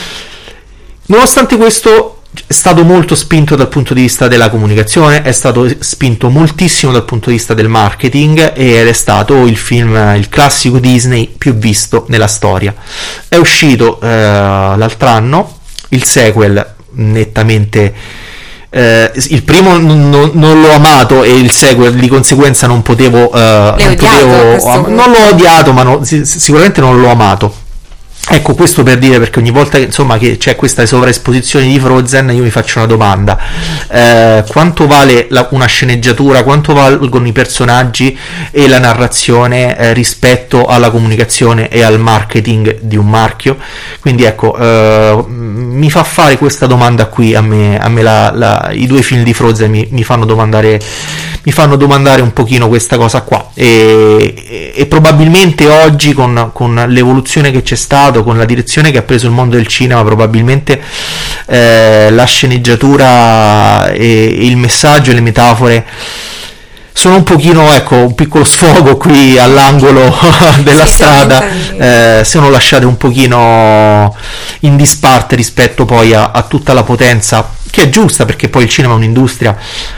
Nonostante questo è stato molto spinto dal punto di vista della comunicazione, è stato spinto moltissimo dal punto di vista del marketing ed è stato il film, il classico Disney più visto nella storia. È uscito eh, l'altro anno, il sequel nettamente eh, il primo non, non, non l'ho amato e il sequel di conseguenza non potevo, eh, non, potevo am- non l'ho odiato, ma no, sicuramente non l'ho amato. Ecco, questo per dire, perché ogni volta che, insomma, che c'è questa sovraesposizione di Frozen, io mi faccio una domanda: eh, quanto vale la, una sceneggiatura, quanto valgono i personaggi e la narrazione eh, rispetto alla comunicazione e al marketing di un marchio? Quindi ecco, eh, mi fa fare questa domanda qui a me, a me la, la, i due film di Frozen mi, mi fanno domandare mi fanno domandare un pochino questa cosa qua, e, e, e probabilmente oggi con, con l'evoluzione che c'è stato, con la direzione che ha preso il mondo del cinema, probabilmente eh, la sceneggiatura e, e il messaggio e le metafore sono un pochino, ecco, un piccolo sfogo qui all'angolo della sì, strada, eh, sono lasciate un pochino in disparte rispetto poi a, a tutta la potenza, che è giusta, perché poi il cinema è un'industria,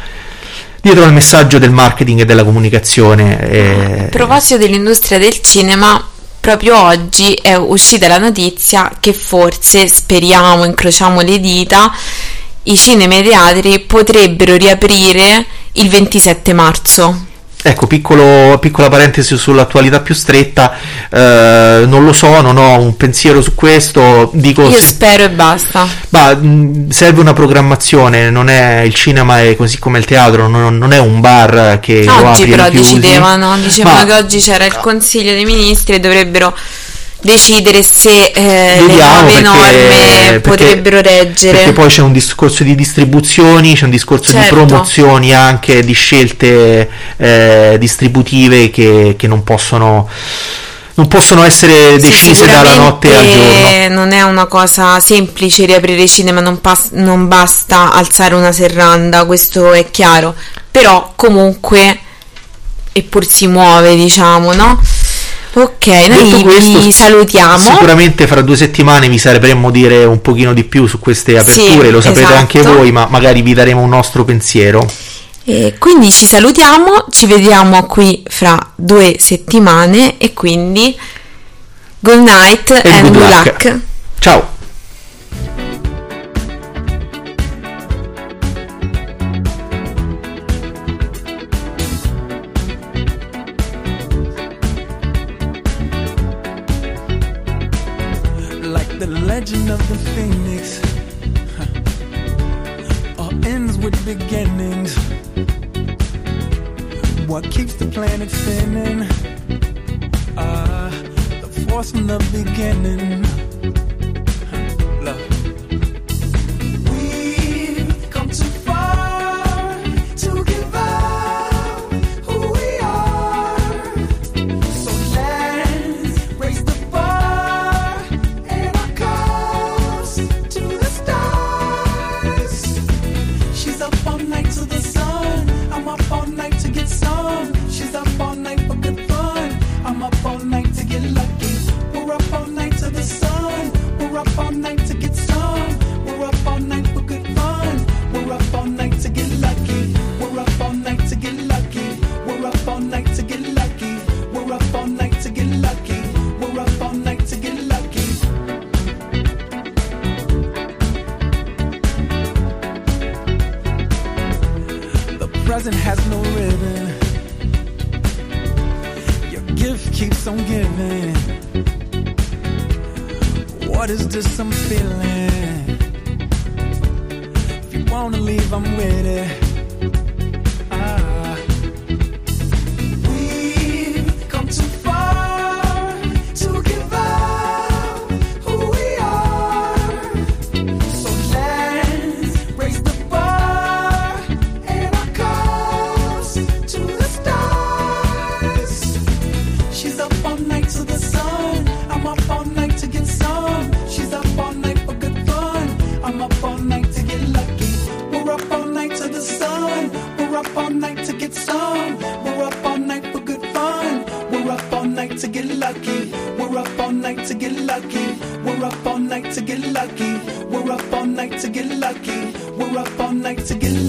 dietro al messaggio del marketing e della comunicazione. eh... A proposito dell'industria del cinema, proprio oggi è uscita la notizia che forse, speriamo, incrociamo le dita, i cinema e i teatri potrebbero riaprire il ventisette marzo. Ecco, piccolo, piccola parentesi sull'attualità più stretta, eh, non lo so, non ho un pensiero su questo, dico io se, spero e basta. Ma mh, serve una programmazione, non è il cinema, è così come il teatro, non, non è un bar che oggi lo apri però e chiusi. decidevano, dicevano Ma, che oggi c'era il Consiglio dei Ministri e dovrebbero decidere se eh, le vediamo, nuove perché, norme perché, potrebbero reggere, perché poi c'è un discorso di distribuzioni, c'è un discorso certo. di promozioni, anche di scelte eh, distributive che, che non possono non possono essere decise sì, dalla notte al giorno. Non è una cosa semplice riaprire i cinema, non, pas- non basta alzare una serranda, questo è chiaro, però comunque eppur si muove, diciamo, no? Ok, noi questo, vi salutiamo. Sicuramente fra due settimane vi sapremo dire un pochino di più su queste aperture, sì, lo saprete esatto. anche voi, ma magari vi daremo un nostro pensiero. E quindi ci salutiamo, ci vediamo qui fra due settimane e quindi good night e and good luck. luck. Ciao. The legend of the phoenix huh. all ends with beginnings. What keeps the planet spinning? Ah, uh, the force from the beginning. Huh. Love. We've come too far to give up who we are. So let's raise the present has no ribbon. Your gift keeps on giving. What is this I'm feeling? If you wanna leave, I'm with it. To get lucky, we're up all night to get lucky. We're up all night to get lucky.